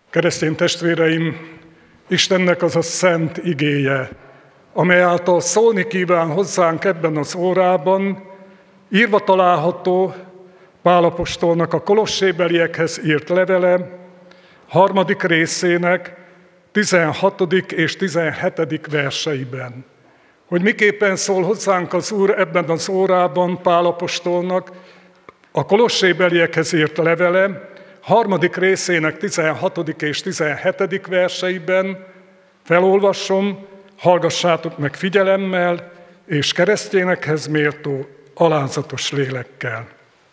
Keresztény testvéreim, Istennek az a szent igéje, amely által szólni kíván hozzánk ebben az órában, írva található Pál apostolnak a kolossébeliekhez írt levele, 3. részének 16. és 17. verseiben. Hogy miképpen szól hozzánk az Úr ebben az órában Pál apostolnak a kolossébeliekhez írt levele, 3. részének 16. és 17. verseiben, felolvasom, hallgassátok meg figyelemmel, és keresztényekhez méltó, alázatos lélekkel.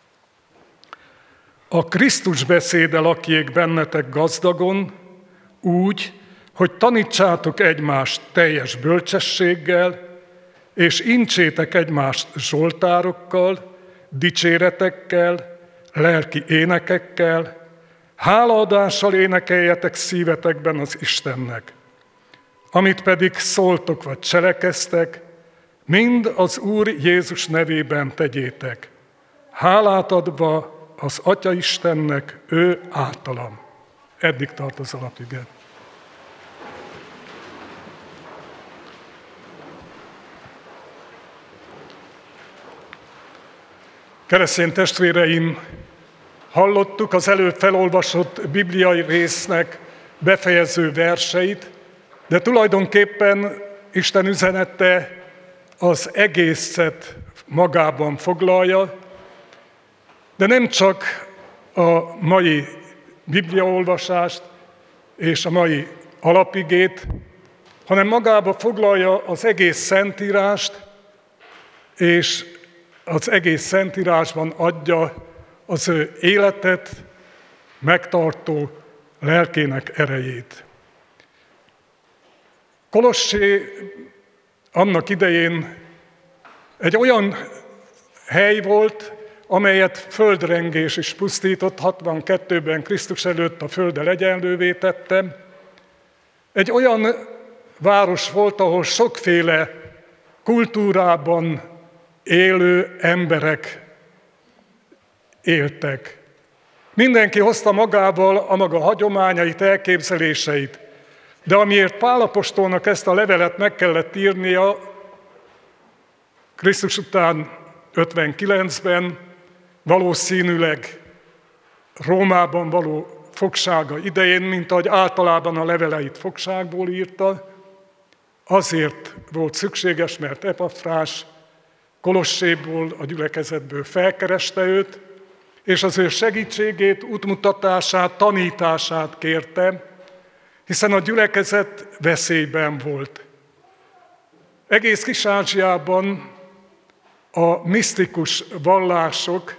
A Krisztus beszéde lakjék bennetek gazdagon, úgy, hogy tanítsátok egymást teljes bölcsességgel, és intsétek egymást zsoltárokkal, dicséretekkel, lelki énekekkel, hálaadással énekeljetek szívetekben az Istennek. Amit pedig szóltok vagy cselekeztek, mind az Úr Jézus nevében tegyétek, hálát adva az Atya Istennek ő általam. Eddig tart az alapige. Keresztény testvéreim, hallottuk az előbb felolvasott bibliai résznek befejező verseit, de tulajdonképpen Isten üzenete az egészet magában foglalja, de nem csak a mai bibliaolvasást és a mai alapigét, hanem magába foglalja az egész Szentírást, és az egész Szentírásban adja az ő életet megtartó lelkének erejét. Kolossé annak idején egy olyan hely volt, amelyet földrengés is pusztított, 62-ben Krisztus előtt a földdel egyenlővé tette. Egy olyan város volt, ahol sokféle kultúrában élő emberek éltek. Mindenki hozta magával a maga hagyományait, elképzeléseit, de amiért Pál apostolnak ezt a levelet meg kellett írnia Krisztus után 59-ben, valószínűleg Rómában való fogsága idején, mint ahogy általában a leveleit fogságból írta, azért volt szükséges, mert Epafrás Kolosséból, a gyülekezetből felkereste őt, és az ő segítségét, útmutatását, tanítását kérte, hiszen a gyülekezet veszélyben volt. Egész Kis-Ázsiában a misztikus vallások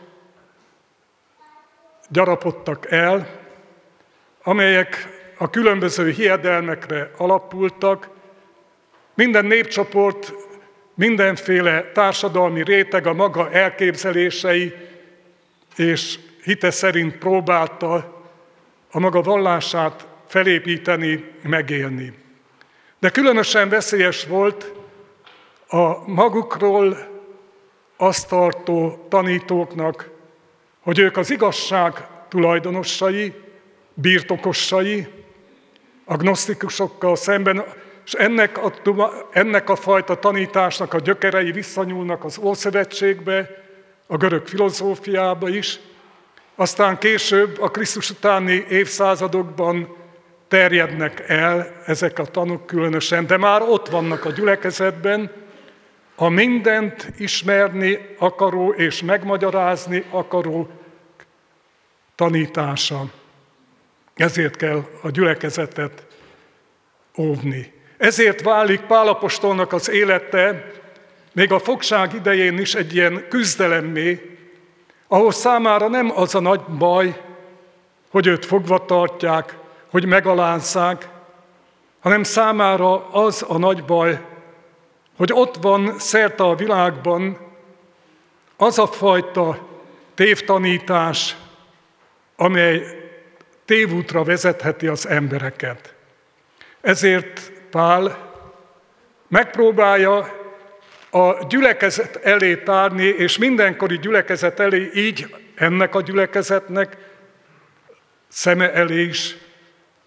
gyarapodtak el, amelyek a különböző hiedelmekre alapultak. Minden népcsoport, mindenféle társadalmi réteg a maga elképzelései és hite szerint próbálta a maga vallását felépíteni, megélni. De különösen veszélyes volt a magukról azt tartó tanítóknak, hogy ők az igazság tulajdonosai, birtokosai, agnosztikusokkal szemben, és ennek a fajta tanításnak a gyökerei visszanyúlnak az Ószövetségbe, a görög filozófiába is, aztán később a Krisztus utáni évszázadokban terjednek el ezek a tanok különösen, de már ott vannak a gyülekezetben a mindent ismerni akaró és megmagyarázni akaró tanítása. Ezért kell a gyülekezetet óvni. Ezért válik Pál apostolnak az élete még a fogság idején is egy ilyen küzdelemmé, ahol számára nem az a nagy baj, hogy őt fogva tartják, hogy megalázzák, hanem számára az a nagy baj, hogy ott van szerte a világban az a fajta tévtanítás, amely tévútra vezetheti az embereket. Ezért Pál megpróbálja a gyülekezet elé tárni, és mindenkori gyülekezet elé, így ennek a gyülekezetnek szeme elé is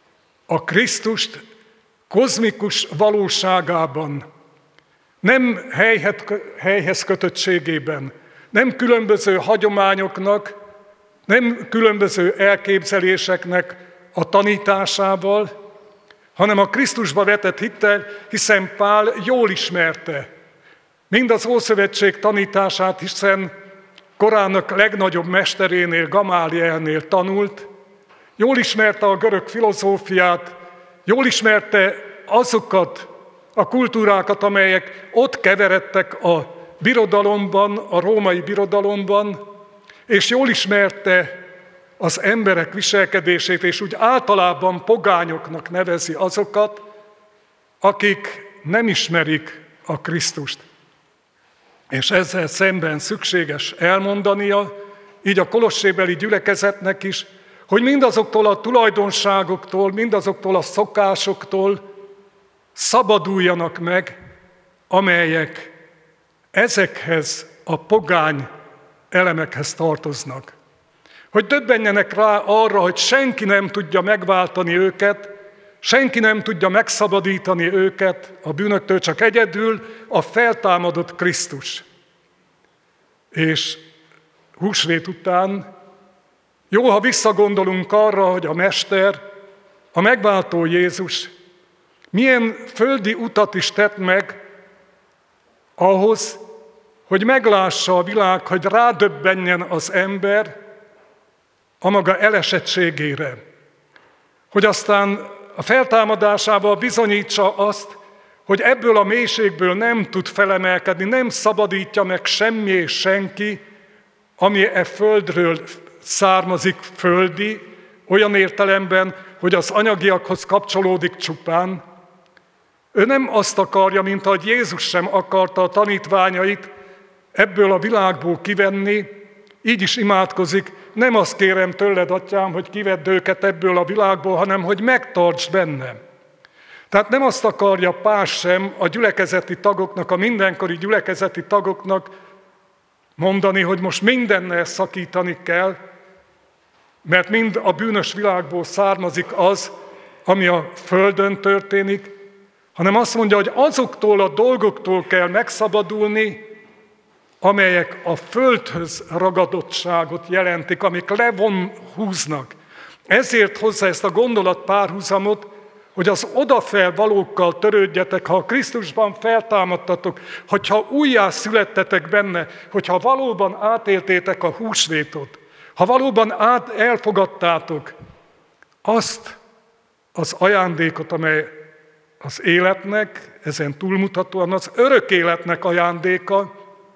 a Krisztust kozmikus valóságában, nem helyhez kötöttségében, nem különböző hagyományoknak, nem különböző elképzeléseknek a tanításával, hanem a Krisztusba vetett hittel, hiszen Pál jól ismerte mind az Ószövetség tanítását, hiszen korának legnagyobb mesterénél, Gamálielnél tanult, jól ismerte a görög filozófiát, jól ismerte azokat a kultúrákat, amelyek ott keveredtek a birodalomban, a római birodalomban, és jól ismerte az emberek viselkedését, és úgy általában pogányoknak nevezi azokat, akik nem ismerik a Krisztust. És ezzel szemben szükséges elmondania, így a kolossébeli gyülekezetnek is, hogy mindazoktól a tulajdonságoktól, mindazoktól a szokásoktól szabaduljanak meg, amelyek ezekhez a pogány elemekhez tartoznak. Hogy döbbenjenek rá arra, hogy senki nem tudja megváltani őket, senki nem tudja megszabadítani őket a bűnöktől, csak egyedül a feltámadott Krisztus. És húsvét után jó, ha visszagondolunk arra, hogy a Mester, a megváltó Jézus milyen földi utat is tett meg ahhoz, hogy meglássa a világ, hogy rádöbbenjen az ember a maga elesettségére. Hogy aztán a feltámadásával bizonyítsa azt, hogy ebből a mélységből nem tud felemelkedni, nem szabadítja meg semmi és senki, ami e földről származik földi, olyan értelemben, hogy az anyagiakhoz kapcsolódik csupán. Ő nem azt akarja, mint ahogy Jézus sem akarta a tanítványait ebből a világból kivenni, így is imádkozik, nem azt kérem tőled, Atyám, hogy kivedd őket ebből a világból, hanem hogy megtartsd benne. Tehát nem azt akarja Pál sem a gyülekezeti tagoknak, a mindenkori gyülekezeti tagoknak mondani, hogy most mindennel szakítani kell, mert mind a bűnös világból származik az, ami a földön történik, hanem azt mondja, hogy azoktól a dolgoktól kell megszabadulni, amelyek a földhöz ragadottságot jelentik, amik húznak. Ezért hozza ezt a gondolatpárhuzamot, hogy az odafelé valókkal törődjetek, ha a Krisztusban feltámadtatok, hogyha újjá születtetek benne, hogyha valóban átéltétek a húsvétot, ha valóban elfogadtátok azt az ajándékot, amely az életnek, ezen túlmutatóan az örök életnek ajándéka,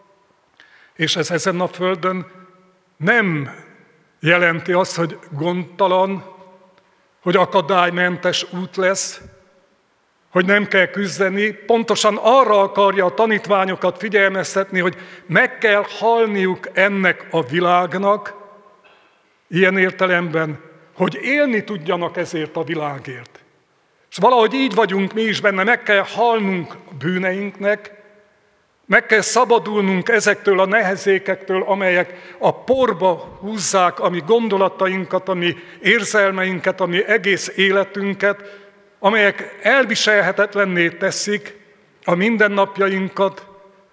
és ez ezen a földön nem jelenti azt, hogy gondtalan, hogy akadálymentes út lesz, hogy nem kell küzdeni. Pontosan arra akarja a tanítványokat figyelmeztetni, hogy meg kell halniuk ennek a világnak, ilyen értelemben, hogy élni tudjanak ezért a világért. És valahogy így vagyunk mi is benne, meg kell halnunk a bűneinknek, meg kell szabadulnunk ezektől a nehezékektől, amelyek a porba húzzák a mi gondolatainkat, a mi érzelmeinket, a mi egész életünket, amelyek elviselhetetlenné teszik a mindennapjainkat,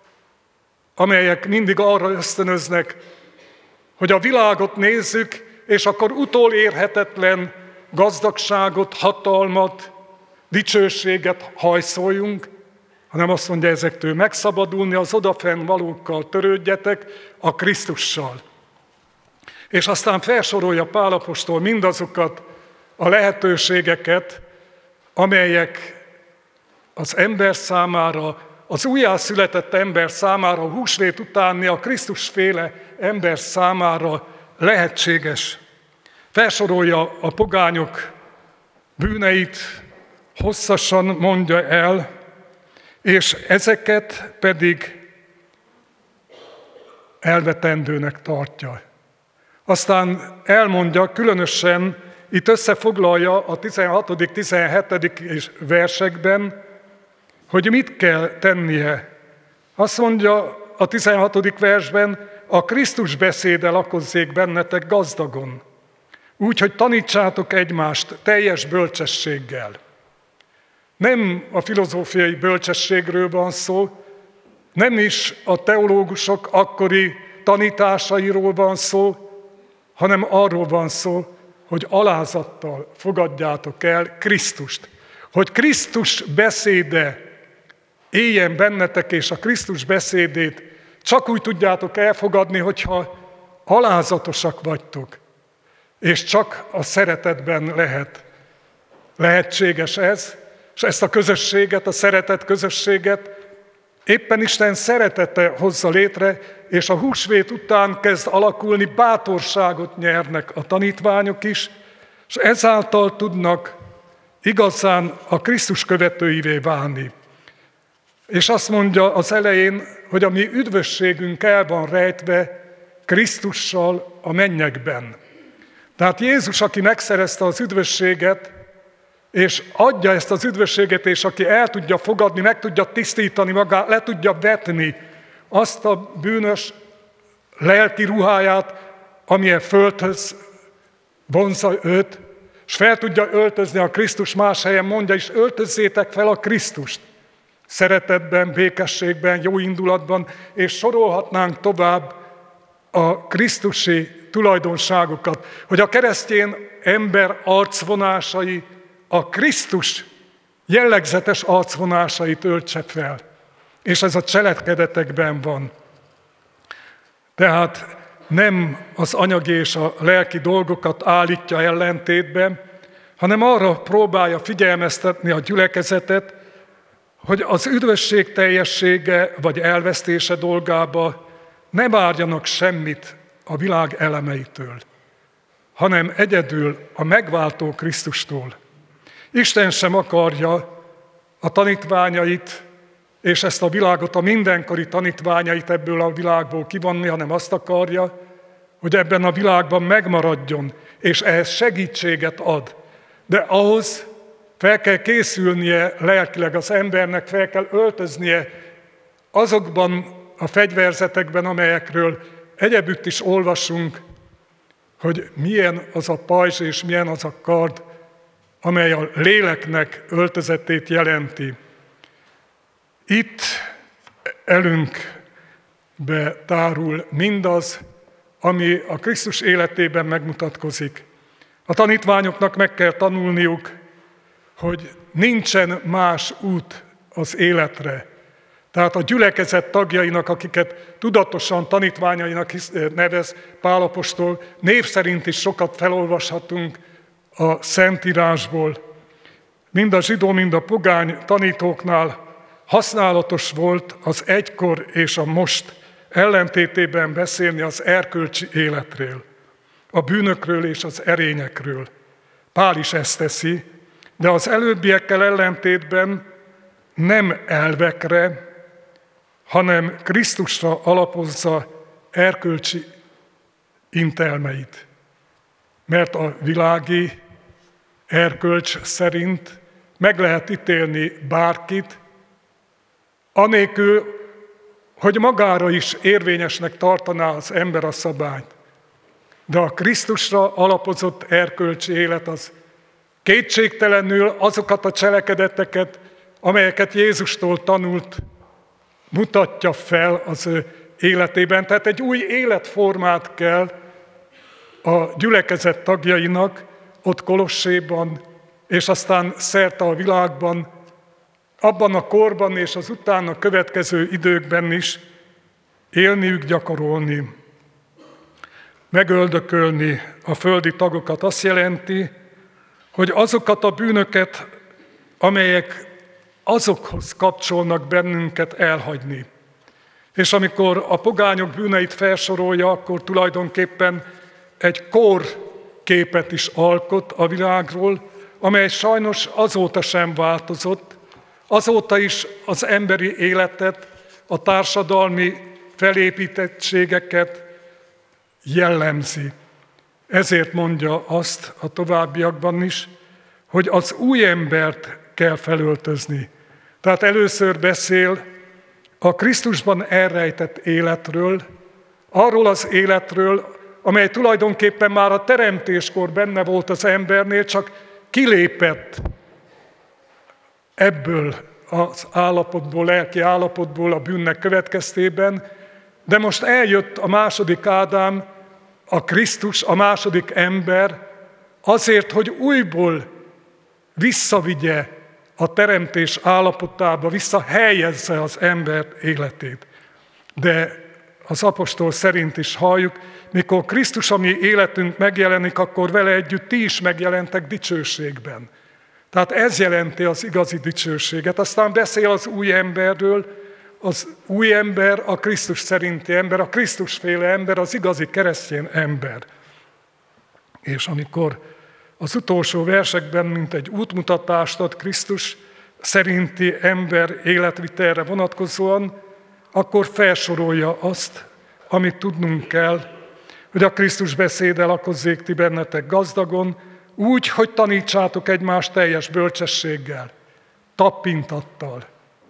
amelyek mindig arra ösztönöznek, hogy a világot nézzük, és akkor utolérhetetlen gazdagságot, hatalmat, dicsőséget hajszoljunk, hanem azt mondja ezektől megszabadulni, az odafenn valókkal törődjetek, a Krisztussal. És aztán felsorolja Pál apostol mindazokat a lehetőségeket, amelyek az ember számára, az újjászületett ember számára, a húsvét utáni, a Krisztusféle ember számára lehetséges. Felsorolja a pogányok bűneit, hosszasan mondja el, és ezeket pedig elvetendőnek tartja. Aztán elmondja, különösen itt összefoglalja a 16., 17. versekben, hogy mit kell tennie. Azt mondja a 16. versben, a Krisztus beszéde lakozzék bennetek gazdagon. úgy, hogy tanítsátok egymást teljes bölcsességgel. Nem a filozófiai bölcsességről van szó, nem is a teológusok akkori tanításairól van szó, hanem arról van szó, hogy alázattal fogadjátok el Krisztust. Hogy Krisztus beszéde éljen bennetek, és a Krisztus beszédét csak úgy tudjátok elfogadni, hogyha alázatosak vagytok. És csak a szeretetben lehetséges ez, és ezt a közösséget, a szeretet közösséget éppen Isten szeretete hozza létre, és a húsvét után kezd alakulni, bátorságot nyernek a tanítványok is, és ezáltal tudnak igazán a Krisztus követőivé válni. És azt mondja az elején, hogy a mi üdvösségünk el van rejtve Krisztussal a mennyekben. Tehát Jézus, aki megszerezte az üdvösséget, és adja ezt az üdvösséget, és aki el tudja fogadni, meg tudja tisztítani magát, le tudja vetni azt a bűnös lelki ruháját, amilyen földhöz vonzza őt, és fel tudja öltözni a Krisztus, más helyen mondja is, öltözzétek fel a Krisztust. Szeretetben, békességben, jó indulatban, és sorolhatnánk tovább a krisztusi tulajdonságokat, hogy a keresztény ember arcvonásai a Krisztus jellegzetes arcvonásait öltse fel. És ez a cselekedetekben van. Tehát nem az anyagi és a lelki dolgokat állítja ellentétbe, hanem arra próbálja figyelmeztetni a gyülekezetet, hogy az üdvösség teljessége vagy elvesztése dolgába ne várjanak semmit a világ elemeitől, hanem egyedül a megváltó Krisztustól. Isten sem akarja a tanítványait és ezt a világot, a mindenkori tanítványait ebből a világból kivonni, hanem azt akarja, hogy ebben a világban megmaradjon, és ehhez segítséget ad. De ahhoz fel kell készülnie lelkileg az embernek, fel kell öltöznie azokban a fegyverzetekben, amelyekről egyebütt is olvasunk, hogy milyen az a pajzs és milyen az a kard, amely a léleknek öltözetét jelenti. Itt elünkbe tárul mindaz, ami a Krisztus életében megmutatkozik. A tanítványoknak meg kell tanulniuk, hogy nincsen más út az életre. Tehát a gyülekezet tagjainak, akiket tudatosan tanítványainak nevez Pál apostol, név szerint is sokat felolvashatunk a Szentírásból. Mind a zsidó, mind a pogány tanítóknál használatos volt az egykor és a most ellentétében beszélni az erkölcsi életről, a bűnökről és az erényekről. Pál is ezt teszi, de az előbbiekkel ellentétben nem elvekre, hanem Krisztusra alapozza erkölcsi intelmeit. Mert a világi erkölcs szerint meg lehet ítélni bárkit, anélkül, hogy magára is érvényesnek tartaná az ember a szabályt. De a Krisztusra alapozott erkölcsi élet az kétségtelenül azokat a cselekedeteket, amelyeket Jézustól tanult, mutatja fel az ő életében. Tehát egy új életformát kell a gyülekezet tagjainak ott Kolosséban, és aztán szerte a világban, abban a korban és az utána következő időkben is élniük, gyakorolni. Megöldökölni a földi tagokat azt jelenti, hogy azokat a bűnöket, amelyek azokhoz kapcsolnak bennünket, elhagyni. És amikor a pogányok bűneit felsorolja, akkor tulajdonképpen egy korképet is alkot a világról, amely sajnos azóta sem változott, azóta is az emberi életet, a társadalmi felépítettségeket jellemzi. Ezért mondja azt a továbbiakban is, hogy az új embert kell felöltözni. Tehát először beszél a Krisztusban elrejtett életről, arról az életről, amely tulajdonképpen már a teremtéskor benne volt az embernél, csak kilépett ebből az állapotból, lelki állapotból a bűnnek következtében, de most eljött a második Ádám, a Krisztus, a második ember, azért, hogy újból visszavigye a teremtés állapotába, visszahelyezze az ember életét. De az apostol szerint is halljuk, mikor Krisztus a mi életünk megjelenik, akkor vele együtt ti is megjelentek dicsőségben. Tehát ez jelenti az igazi dicsőséget. Aztán beszél az új emberről, az új ember a Krisztus szerinti ember, a Krisztusféle ember, az igazi keresztény ember. És amikor az utolsó versekben, mint egy útmutatást ad Krisztus szerinti ember életvitelre vonatkozóan, akkor felsorolja azt, amit tudnunk kell, hogy a Krisztus beszéde lakozzék ti bennetek gazdagon, úgy, hogy tanítsátok egymást teljes bölcsességgel, tapintattal.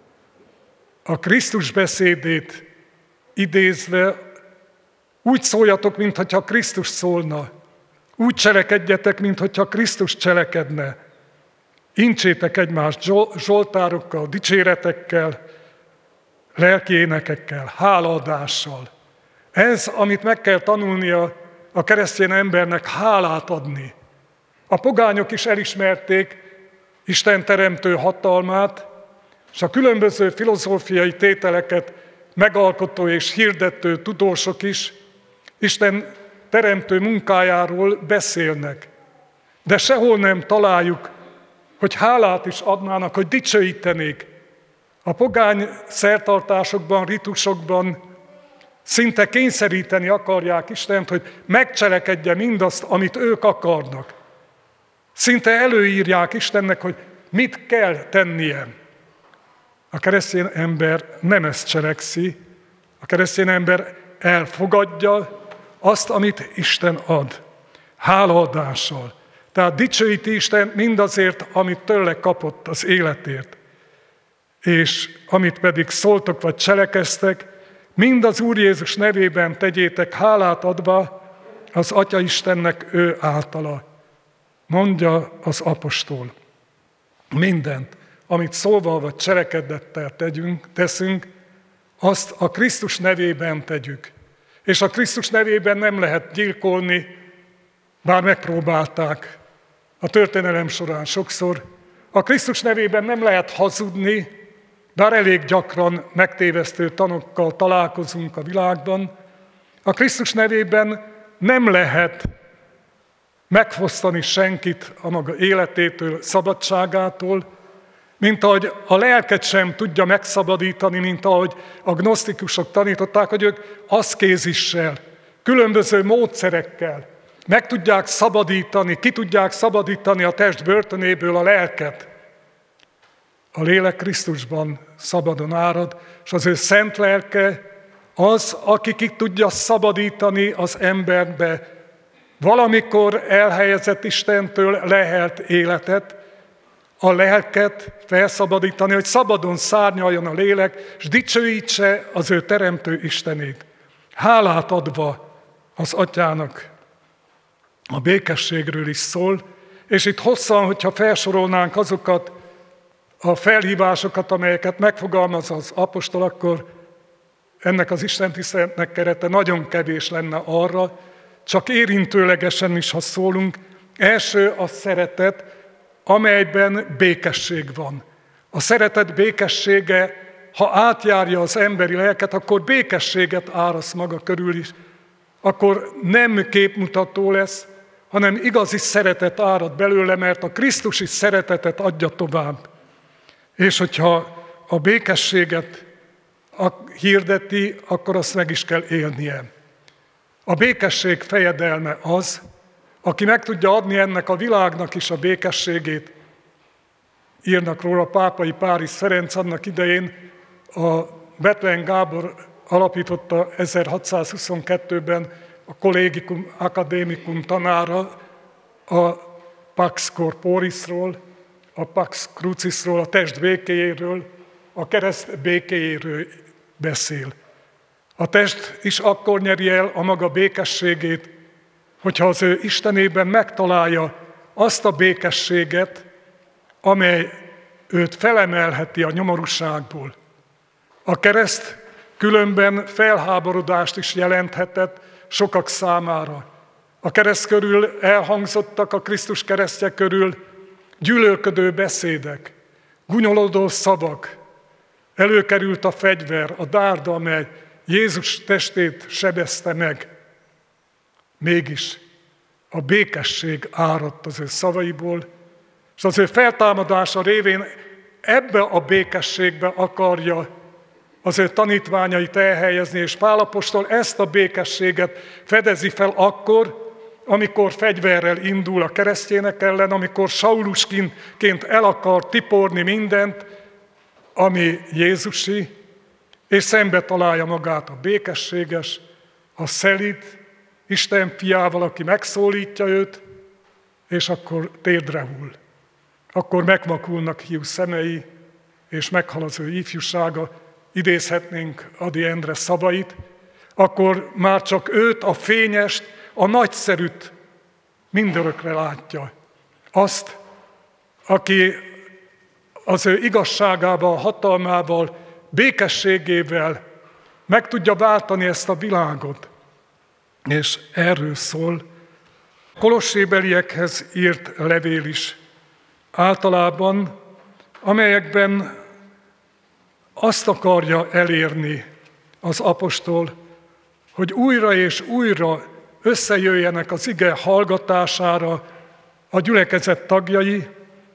A Krisztus beszédét idézve úgy szóljatok, mintha Krisztus szólna, úgy cselekedjetek, mintha Krisztus cselekedne. Incsétek egymást zsoltárokkal, dicséretekkel, lelki énekekkel, hálaadással. Ez, amit meg kell tanulnia a keresztény embernek, hálát adni. A pogányok is elismerték Isten teremtő hatalmát, és a különböző filozófiai tételeket megalkotó és hirdető tudósok is Isten teremtő munkájáról beszélnek. De sehol nem találjuk, hogy hálát is adnának, hogy dicsőítenék. A pogány szertartásokban, ritusokban szinte kényszeríteni akarják Istent, hogy megcselekedje mindazt, amit ők akarnak. Szinte előírják Istennek, hogy mit kell tennie. A keresztény ember nem ezt cselekszi, a keresztény ember elfogadja azt, amit Isten ad, hálaadással. Tehát dicsőíti Isten mindazért, amit tőle kapott az életért. És amit pedig szóltok vagy cselekeztek, mind az Úr Jézus nevében tegyétek hálát adva az Atya Istennek ő általa. Mondja az apostol. Mindent, amit szóval vagy cselekedettel teszünk, azt a Krisztus nevében tegyük. És a Krisztus nevében nem lehet gyilkolni, bár megpróbálták a történelem során sokszor. A Krisztus nevében nem lehet hazudni, bár elég gyakran megtévesztő tanokkal találkozunk a világban. A Krisztus nevében nem lehet megfosztani senkit a maga életétől, szabadságától, mint ahogy a lelket sem tudja megszabadítani, mint ahogy a gnosztikusok tanították, hogy ők aszkézissel, különböző módszerekkel meg tudják szabadítani, ki tudják szabadítani a test börtönéből a lelket. A lélek Krisztusban szabadon árad, és az ő szent lelke az, aki ki tudja szabadítani az emberbe valamikor elhelyezett Istentől lehelt életet, a lelket felszabadítani, hogy szabadon szárnyaljon a lélek, és dicsőítse az ő teremtő Istenét. Hálát adva az Atyának. A békességről is szól, és itt hosszan, hogyha felsorolnánk azokat a felhívásokat, amelyeket megfogalmaz az apostol, akkor ennek az istentiszteletnek kerete nagyon kevés lenne arra, csak érintőlegesen is, ha szólunk. Első a szeretet, amelyben békesség van. A szeretet békessége, ha átjárja az emberi lelket, akkor békességet áraszt maga körül is. Akkor nem képmutató lesz, hanem igazi szeretet árad belőle, mert a krisztusi szeretetet adja tovább. És hogyha a békességet hirdeti, akkor azt meg is kell élnie. A békesség fejedelme az, aki meg tudja adni ennek a világnak is a békességét. Írnak róla Pápai Párizs Ferenc annak idején, a Bethlen Gábor alapította 1622-ben a Collegium Academicum tanára a Pax Corporisról, a Pax Crucisról, a test békéjéről, a kereszt békéjéről beszél. A test is akkor nyeri el a maga békességét, hogyha az ő Istenében megtalálja azt a békességet, amely őt felemelheti a nyomorúságból. A kereszt különben felháborodást is jelenthetett sokak számára. A kereszt körül elhangzottak, a Krisztus keresztje körül gyűlölködő beszédek, gúnyolódó szavak, előkerült a fegyver, a dárda, amely Jézus testét sebezte meg. Mégis a békesség áradt az ő szavaiból, és az ő feltámadása révén ebbe a békességbe akarja az ő tanítványait elhelyezni, és Pál apostol ezt a békességet fedezi fel akkor, amikor fegyverrel indul a keresztjének ellen, amikor Saulusként el akar tiporni mindent, ami Jézusi, és szembe találja magát a békességes, a szelíd Isten fiával, aki megszólítja őt, és akkor térdre hull. Akkor megvakulnak hiú szemei, és meghal az ő ifjúsága, idézhetnénk Ady Endre szavait, akkor már csak őt, a fényest, a nagyszerűt mindörökre látja. Azt, aki az ő igazságával, hatalmával, békességével meg tudja váltani ezt a világot. És erről szól a kolossébeliekhez írt levél is. Általában, amelyekben azt akarja elérni az apostol, hogy újra és újra összejöjjenek az ige hallgatására a gyülekezet tagjai,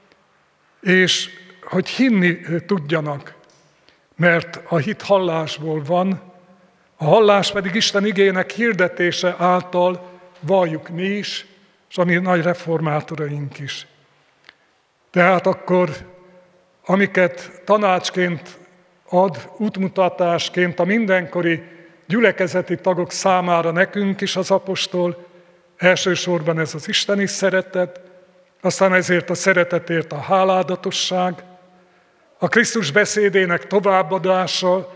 és hogy hinni tudjanak, mert a hit hallásból van, a hallás pedig Isten igének hirdetése által valljuk mi is, és a mi nagy reformátoraink is. Tehát akkor, amiket tanácsként ad, útmutatásként a mindenkori gyülekezeti tagok számára nekünk is az apostol, elsősorban ez az isteni szeretet, aztán ezért a szeretetért a háládatosság, a Krisztus beszédének továbbadása,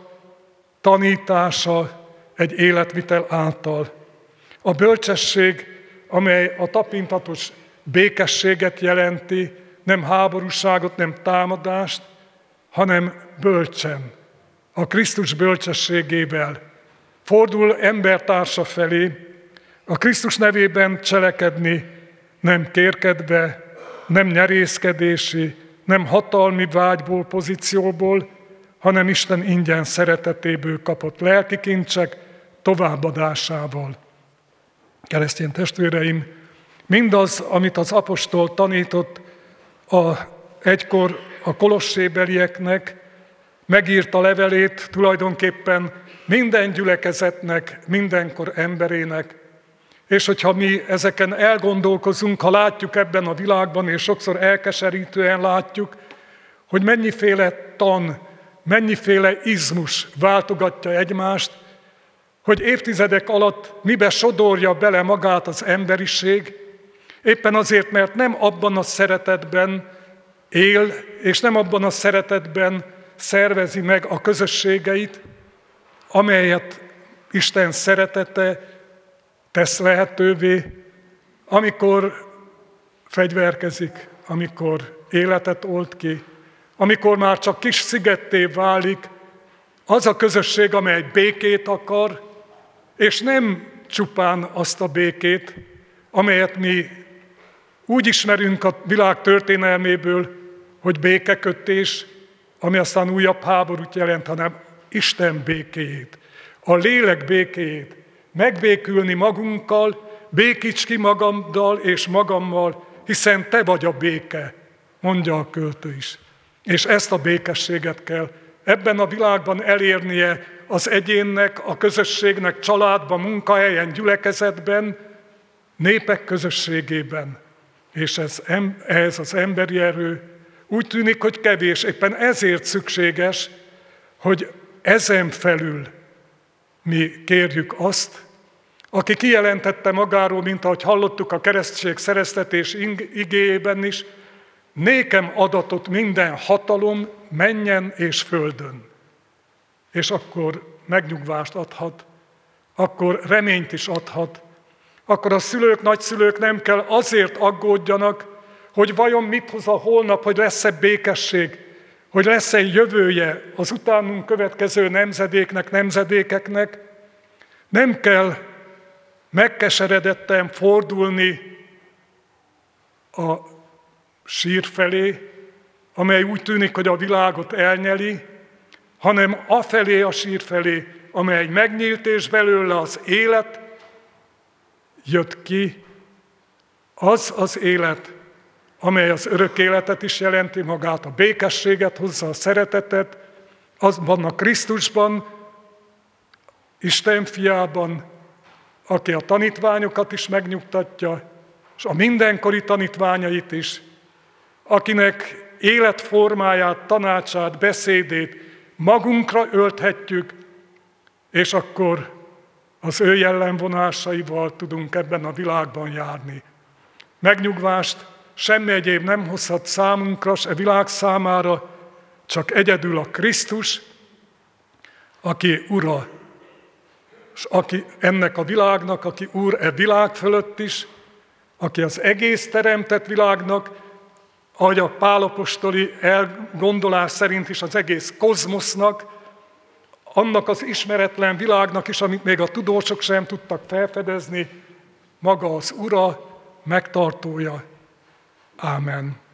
tanítása egy életvitel által. A bölcsesség, amely a tapintatos békességet jelenti, nem háborúságot, nem támadást, hanem bölcsen, a Krisztus bölcsességével fordul embertársa felé, a Krisztus nevében cselekedni, nem kérkedve, nem nyerészkedési, nem hatalmi vágyból, pozícióból, hanem Isten ingyen szeretetéből kapott lelki kincsek továbbadásával. Keresztény testvéreim, mindaz, amit az apostol tanított egykor a kolossébelieknek, megírta levelét tulajdonképpen minden gyülekezetnek, mindenkor emberének, és hogyha mi ezeken elgondolkozunk, ha látjuk ebben a világban, és sokszor elkeserítően látjuk, hogy mennyiféle tan, mennyiféle izmus váltogatja egymást, hogy évtizedek alatt mibe sodorja bele magát az emberiség, éppen azért, mert nem abban a szeretetben él, és nem abban a szeretetben szervezi meg a közösségeit, amelyet Isten szeretete tesz lehetővé, amikor fegyverkezik, amikor életet olt ki, amikor már csak kis szigetté válik az a közösség, amely békét akar, és nem csupán azt a békét, amelyet mi úgy ismerünk a világ történelméből, hogy békekötés, ami aztán újabb háborút jelent, hanem Isten békéjét, a lélek békéjét, megbékülni magunkkal, békíts ki magaddal és magammal, hiszen te vagy a béke, mondja a költő is. És ezt a békességet kell ebben a világban elérnie az egyénnek, a közösségnek, családban, munkahelyen, gyülekezetben, népek közösségében. És ez az emberi erő úgy tűnik, hogy kevés, éppen ezért szükséges, hogy ezen felül mi kérjük azt, aki kijelentette magáról, mint ahogy hallottuk a keresztség szereztetés igéjében is, nékem adatot minden hatalom mennyen és földön. És akkor megnyugvást adhat, akkor reményt is adhat, akkor a szülők, nagyszülők nem kell azért aggódjanak, hogy vajon mit hoz a holnap, hogy lesz-e békesség, hogy lesz-e jövője az utánunk következő nemzedéknek, nemzedékeknek. Nem kell megkeseredetten fordulni a sír felé, amely úgy tűnik, hogy a világot elnyeli, hanem afelé a sír felé, amely megnyílt és belőle az élet jött ki, az az élet, amely az örök életet is jelenti magát, a békességet hozza, a szeretetet, azban a Krisztusban, Isten fiában, aki a tanítványokat is megnyugtatja, és a mindenkori tanítványait is, akinek életformáját, tanácsát, beszédét magunkra ölthetjük, és akkor az ő jellemvonásaival tudunk ebben a világban járni. Megnyugvást semmi egyéb nem hozhat számunkra, se világ számára, csak egyedül a Krisztus, aki Ura, és aki ennek a világnak, aki Úr e világ fölött is, aki az egész teremtett világnak, ahogy a Pál apostoli elgondolás szerint is az egész kozmosznak, annak az ismeretlen világnak is, amit még a tudósok sem tudtak felfedezni, maga az Ura, megtartója. Ámen.